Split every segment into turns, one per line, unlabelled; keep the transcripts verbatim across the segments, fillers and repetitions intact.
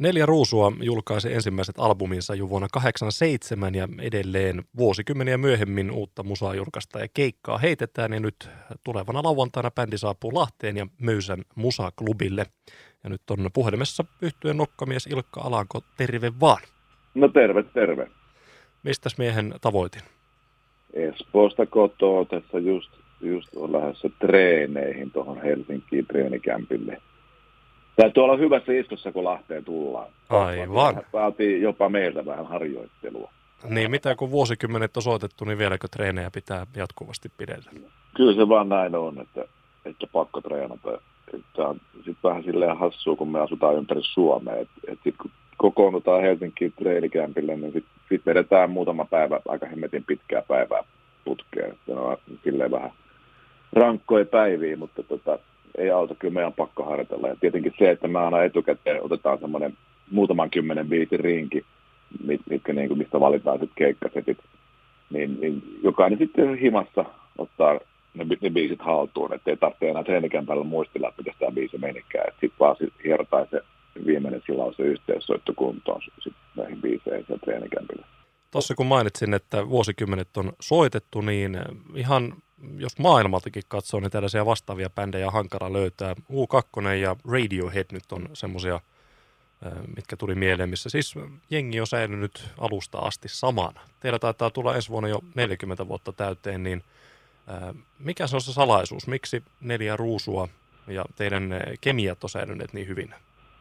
Neljä Ruusua julkaisi ensimmäiset albuminsa jo vuonna kahdeksankymmentäseitsemän ja edelleen vuosikymmeniä myöhemmin uutta musaa julkaistaan ja keikkaa heitetään. Ja nyt tulevana lauantaina bändi saapuu Lahteen ja Möysän musaklubille. Ja nyt on puhelimessa yhtyeen nokkamies Ilkka Alanko. Terve vaan.
No terve, terve.
Mistäs miehen tavoitin?
Espoosta kotoa. Tässä just, just on lähdössä treeneihin tuohon Helsinkiin treenikämpille. Täytyy olla hyvässä iskussa, kun Lahteen tullaan.
Aivan.
Vaatii jopa meiltä vähän harjoittelua.
Niin, mitä kun vuosikymmenet on soitettu, niin vieläkö treenejä pitää jatkuvasti pidellä?
Kyllä se vaan näin on, että, että pakko treenata. Tämä on sitten vähän silleen hassua, kun me asutaan ympäri Suomea. Että et sitten kun kokoonnutaan Helsinkiin treenikämpille, niin sitten sit vedetään muutama päivä, aika hemmetin pitkää päivää putkeen. Se on silleen vähän rankkoja päiviä, mutta tota, ei auta, kyllä meidän on pakko harjoitella. Ja tietenkin se, että me aina etukäteen otetaan semmoinen muutaman kymmenen biitin rinki, mitkä, niin kuin, mistä valitaan sitten keikkasetit, niin, niin jokainen sitten himassa ottaa ne, ne biisit haltuun, ettei tarvitse enää treenikämpällä muistella, että miten tämä biisi menikään. Sitten vaan sit hierotaan se viimeinen silaus ja yhteissoitto kuntoon sit näihin biiseihin ja treenikämpille.
Tuossa kun mainitsin, että vuosikymmenet on soitettu, niin ihan jos maailmaltakin katsoo, niin tällaisia vastaavia bändejä on hankala löytää. U kaksi ja Radiohead nyt on semmoisia, mitkä tuli mieleen, missä siis jengi on säilynyt alusta asti samana. Teillä taitaa tulla ensi vuonna jo neljäkymmentä vuotta täyteen, niin mikä se on se salaisuus? Miksi Neljä Ruusua ja teidän kemiat on säilyneet niin hyvin?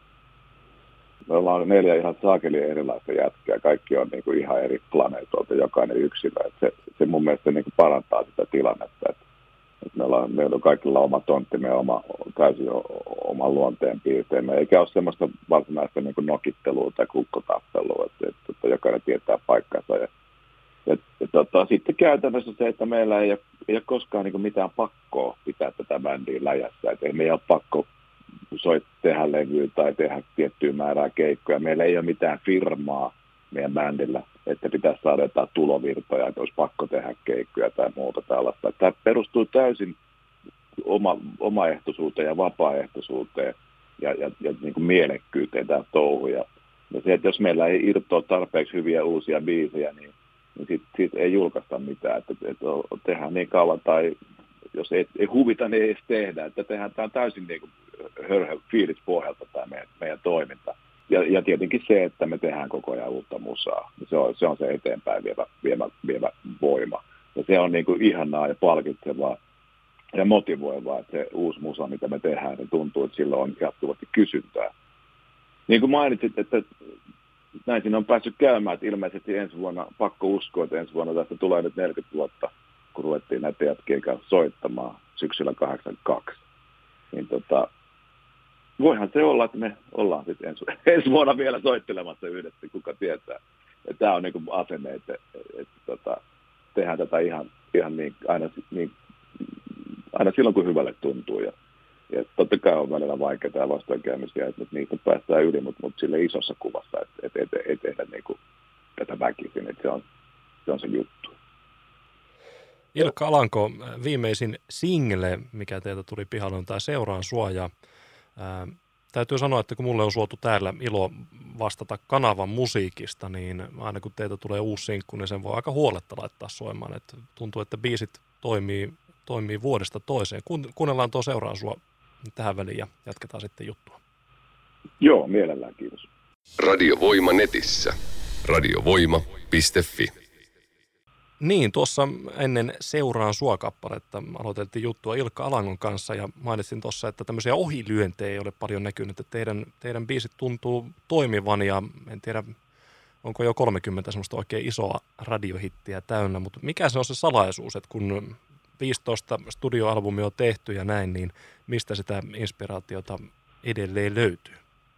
Me ollaan neljä ihan saakeli erilaista jätkää. Kaikki on niin kuin ihan eri planeetoilta, jokainen yksilö. Et se, se mun mielestä niin kuin parantaa sitä tilannetta. Et, et meillä, on, meillä on kaikilla oma tonttimme ja oma, täysin oman luonteen piirteemme. Eikä ole semmoista varsinaista niin kuin nokittelua tai kukkotappelua, että et, et, et jokainen tietää paikkansa. Ja, et, et, tota, sitten käytännössä se, että meillä ei ole, ei ole koskaan niin kuin mitään pakkoa pitää tätä bändiä läjässä. Et ei meillä ole pakko soit tehdä levyä tai tehdä tiettyä määrää keikkoja. Meillä ei ole mitään firmaa meidän bändillä, että pitäisi saada jotain tulovirtoja, että olisi pakko tehdä keikkoja tai muuta tällaista. Tämä perustuu täysin oma, omaehtoisuuteen ja vapaaehtoisuuteen ja, ja, ja niin kuin mielekkyyteen tämä touhu. Ja, ja se, että jos meillä ei irtoa tarpeeksi hyviä uusia biisejä, niin, niin siitä sit ei julkaista mitään. Että, että tehdään niin kauan tai jos ei, ei huvita, niin ei edes tehdä. Että tehdään, tämä on täysin niin kuin hörhö fiilis pohjalta tämä meidän, meidän toiminta. Ja, ja tietenkin se, että me tehdään koko ajan uutta musaa. Se on se, on se eteenpäin vievä, vievä, vievä voima. Ja se on niin kuin ihanaa ja palkitsevaa ja motivoivaa, että se uusi musa, mitä me tehdään, niin tuntuu, että sillä on jatkuvasti kysyntää. Niin kuin mainitsit, että näin siinä on päässyt käymään, että ilmeisesti ensi vuonna, pakko uskoa, että ensi vuonna tästä tulee nyt neljäkymmentä vuotta, kun ruvettiin näitä jätkien kanssa soittamaan syksyllä kahdeksankymmentäkaksi. Niin tota, voihan se olla, että me ollaan sitten ensi, ensi vuonna vielä soittelemassa yhdessä, kuka tietää. Ja tämä on niinku asenne, että, että, että tota, tehdään tätä ihan, ihan niin, aina, niin, aina silloin, kun hyvälle tuntuu. Ja, ja totta kai on välillä vaikeaa ja vastoinkäymisiä, että niistä päästään yli, mutta, mutta sille isossa kuvassa, että, että ei, ei tehdä niinku tätä väkisin, että se on se, on se juttu.
Ilkka Alanko, viimeisin single, mikä teiltä tuli pihalle, on tämä Seuraan sua. Ja, ää, täytyy sanoa, että kun mulle on suotu täällä ilo vastata kanavan musiikista, niin aina kun teiltä tulee uusi sinkku, niin sen voi aika huoletta laittaa soimaan. Et tuntuu, että biisit toimii, toimii vuodesta toiseen. Kuunnellaan tuo Seuraan sua tähän väliin ja jatketaan sitten juttua.
Joo, mielellään, kiitos.
Radiovoima netissä. radiovoima piste fi.
Niin, tuossa ennen Seuraan sua-kappaletta aloiteltiin juttua Ilkka Alangon kanssa ja mainitsin tuossa, että tämmöisiä ohilyöntejä ei ole paljon näkynyt, että teidän, teidän biisit tuntuu toimivan ja en tiedä, onko jo kolmekymmentä semmoista oikein isoa radiohittiä täynnä, mutta mikä se on se salaisuus, että kun viisitoista studioalbumia on tehty ja näin, niin mistä sitä inspiraatiota edelleen löytyy?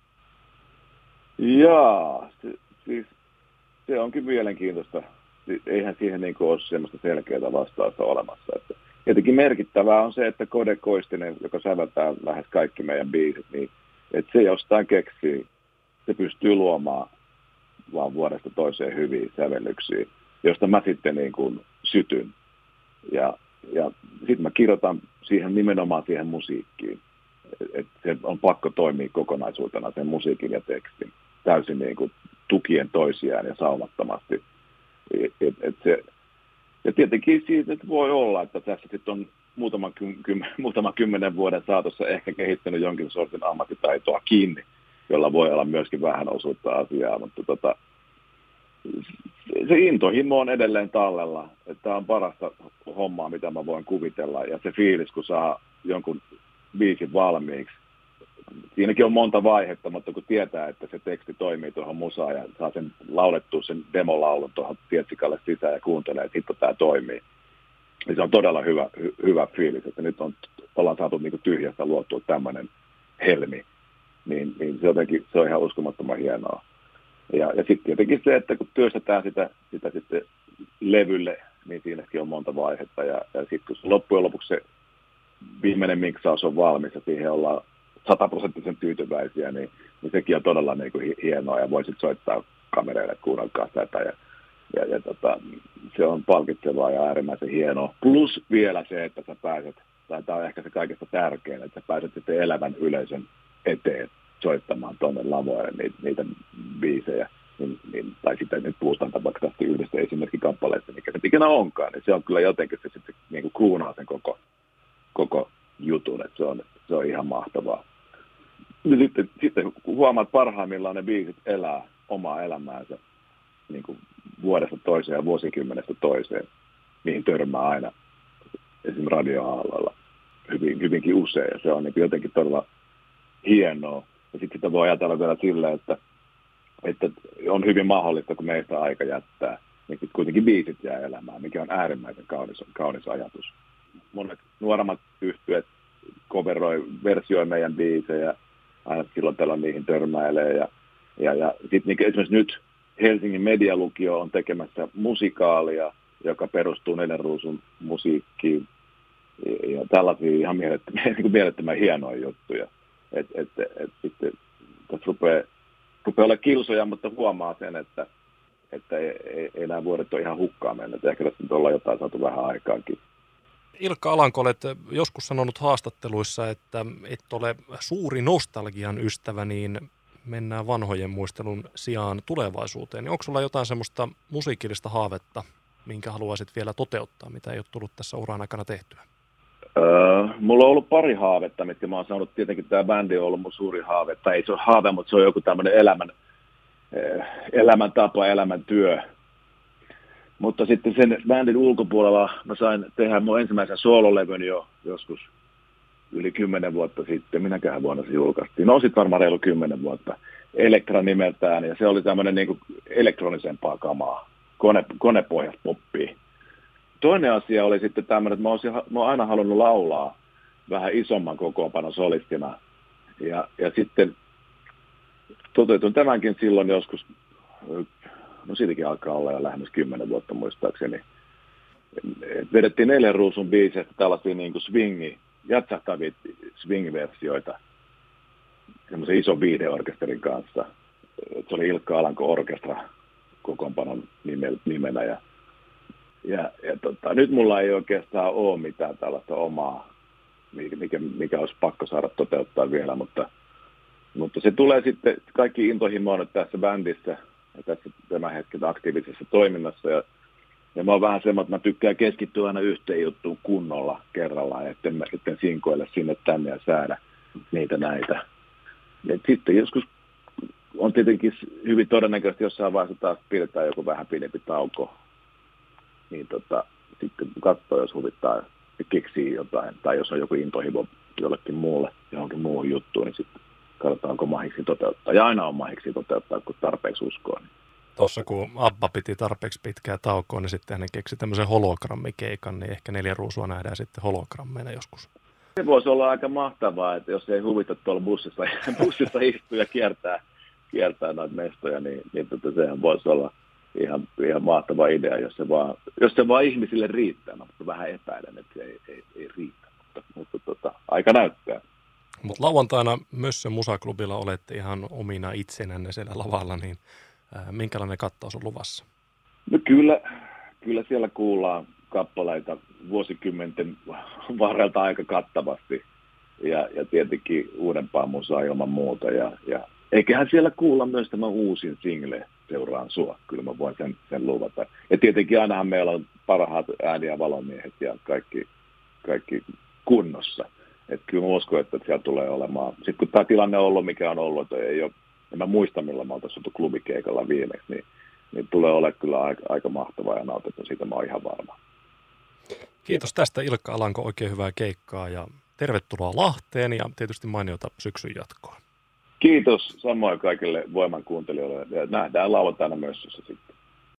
Jaa, se, siis se onkin mielenkiintoista. Eihän siihen niin kuin ole semmoista selkeää vastausta olemassa. Että jotenkin merkittävää on se, että Kode Koistinen, joka säveltää lähes kaikki meidän biisit, niin että se jostain keksii, se pystyy luomaan vaan vuodesta toiseen hyviä sävellyksiä, josta mä sitten niin kuin sytyn. Ja, ja sitten mä kirjoitan siihen nimenomaan siihen musiikkiin. Että se on pakko toimia kokonaisuutena sen musiikin ja tekstin. täysin niin kuin tukien toisiaan ja saumattomasti. Et, et, et se, ja tietenkin siitä että voi olla, että tässä sitten on muutaman, kym, muutaman kymmenen vuoden saatossa ehkä kehittänyt jonkin sortin ammattitaitoa kiinni, jolla voi olla myöskin vähän osuutta asiaa, mutta tota, se intohimo on edelleen tallella. Tämä on parasta hommaa, mitä mä voin kuvitella, ja se fiilis, kun saa jonkun biisin valmiiksi. Siinäkin on monta vaihetta, mutta kun tietää, että se teksti toimii tuohon musaan ja saa sen laulettua sen demolaulun tuohon tietsikalle sisään ja kuuntelee, että hitto tämä toimii. Niin se on todella hyvä, hy, hyvä fiilis, että nyt on, ollaan saatu niin kuin tyhjästä luotua tämmöinen helmi. Niin, niin se, jotenkin, se on ihan uskomattoman hienoa. Ja, ja sitten tietenkin se, että kun työstetään sitä, sitä sitten levylle, niin siinäkin on monta vaihetta. Ja, ja sitten kun loppujen lopuksi se viimeinen miksaus on valmis ja siihen ollaan sataprosenttisen tyytyväisiä, niin, niin sekin on todella niin kuin hienoa ja voisit soittaa kamereille, että kuunnelkaa tätä. Ja, ja, ja tota, se on palkitsevaa ja äärimmäisen hienoa. Plus vielä se, että sä pääset, tai tämä on ehkä se kaikista tärkein, että sä pääset sitten elävän yleisön eteen soittamaan tuonne lavoille niitä, niitä biisejä. Niin, niin, tai sitten nyt puhutaan vaikka tästä yhdestä esimerkkikappaleesta, mikä se ikinä onkaan, niin se on kyllä jotenkin se sitten niin kuin kruunaa sen koko, koko jutun, että se on, se on ihan mahtavaa. Ja sitten, sitten huomaat parhaimmillaan ne biisit elää omaa elämäänsä niin kuin vuodesta toiseen ja vuosikymmenestä toiseen, mihin törmää aina esimerkiksi radioaalloilla hyvin, hyvinkin usein, ja se on niin jotenkin todella hienoa. Ja sitten sitä voi ajatella vielä sillä, että, että on hyvin mahdollista, kun meistä aika jättää, niin sitten kuitenkin biisit jää elämään, mikä on äärimmäisen kaunis, kaunis ajatus. Monet nuoremmat yhtyöt coveroi, versioi meidän biisejä, aina silloin tällä niihin törmäilee. Ja, ja, ja sitten niin esimerkiksi nyt Helsingin Medialukio on tekemässä musikaalia, joka perustuu Neljän Ruusun musiikkiin. Ja, ja tällaisia ihan mielettömän, niin mielettömän hienoja juttuja. Että et, et, sitten tässä rupeaa, rupeaa olla kilsoja, mutta huomaa sen, että, että ei, ei, ei nämä vuodet ole ihan hukkaan mennyt. Ehkä tässä nyt ollaan jotain saatu vähän aikaakin.
Ilkka Alanko, olet joskus sanonut haastatteluissa, että et ole suuri nostalgian ystävä, niin mennään vanhojen muistelun sijaan tulevaisuuteen. Onko sulla jotain semmoista musiikillista haavetta, minkä haluaisit vielä toteuttaa, mitä ei ole tullut tässä uran aikana tehtyä?
Öö, mulla on ollut pari haavetta, mitkä mä oon saanut. Tietenkin tämä bändi on ollut mun suuri haave. Tai ei se ole haave, mutta se on joku tämmöinen elämän, elämäntapa, elämäntyö. Mutta sitten sen bändin ulkopuolella mä sain tehdä mun ensimmäisen soololevyn jo joskus yli kymmenen vuotta sitten. Minäköhän vuonna se julkaistiin? No sit varmaan reilu kymmenen vuotta. Elektra nimeltään, ja se oli tämmöinen niinku elektronisempaa kamaa. Kone, konepohjasta poppia. Toinen asia oli sitten tämmöinen, että mä, olisin, mä oon aina halunnut laulaa vähän isomman kokoonpanon solistina. Ja, ja sitten toteutin tämänkin silloin joskus, no siitäkin alkaa olla jo lähemmäs kymmenen vuotta muistaakseni. Vedettiin Neljän Ruusun biisestä tällaisia niin kuin swingi, jatsahtavia swing-versioita semmoisen ison viihdeorkesterin kanssa. Se oli Ilkka Alanko Orkestra kokoonpanon nimenä. Ja, ja, ja tota, nyt mulla ei oikeastaan ole mitään tällaista omaa, mikä, mikä olisi pakko saada toteuttaa vielä, mutta, mutta se tulee sitten, kaikki intohimo on nyt tässä bändissä ja tässä tämän hetken aktiivisessa toiminnassa. Ja, ja mä oon vähän semmoinen, että mä tykkään keskittyä aina yhteen juttuun kunnolla kerrallaan, etten mä sitten sinkoile sinne tänne ja säädä niitä näitä. Ja sitten joskus on tietenkin hyvin todennäköisesti jossain vaiheessa taas pidetään joku vähän pidempi tauko. Niin tota, sitten katsoo, jos huvittaa ja keksii jotain, tai jos on joku intohimo jollekin muulle, johonkin muuhun juttuun, niin sitten katsotaan, onko mahiksi toteuttaa. Ja aina on mahiksi toteuttaa, kun tarpeeksi uskoo. Niin.
Tuossa kun Abba piti tarpeeksi pitkää taukoa, niin sitten hän keksi tämmöisen hologrammikeikan, niin ehkä Neljä Ruusua nähdään sitten hologrammeina joskus.
Se voisi olla aika mahtavaa, että jos ei huvita tuolla bussissa, bussissa istua ja kiertää, kiertää noita mestoja, niin, niin tota, sehän voisi olla ihan, ihan mahtava idea, jos se, vaan, jos se vaan ihmisille riittää. No, mutta vähän epäilen, että se ei, ei, ei riitä, mutta, mutta tota, aika näyttää.
Mutta lauantaina Mössön musaklubilla olette ihan omina itsenänne siellä lavalla, niin ää, minkälainen kattaus on luvassa?
No kyllä, kyllä siellä kuullaan kappaleita vuosikymmenten varrelta aika kattavasti ja, ja tietenkin uudempaa musaa ilman muuta. Ja, ja Eiköhän siellä kuulla myös tämä uusin single, Seuraan sua. Kyllä mä voin sen, sen luvata. Ja tietenkin ainahan meillä on parhaat ääni- ja valomiehet ja kaikki, kaikki kunnossa. Että kyllä mä uskon, että siellä tulee olemaan. Sitten kun tämä tilanne on ollut, mikä on ollut, että ei ole, en mä muista, milloin mä oltaisiin oltu klubikeikalla viimeksi, niin, niin tulee olemaan kyllä aika, aika mahtavaa ja nautettu. Siitä mä oon ihan varma.
Kiitos tästä Ilkka Alanko, oikein hyvää keikkaa ja tervetuloa Lahteen ja tietysti mainiota syksyn jatkoa.
Kiitos samoin kaikille Voiman kuuntelijoille ja nähdään lauantaina myös sitten.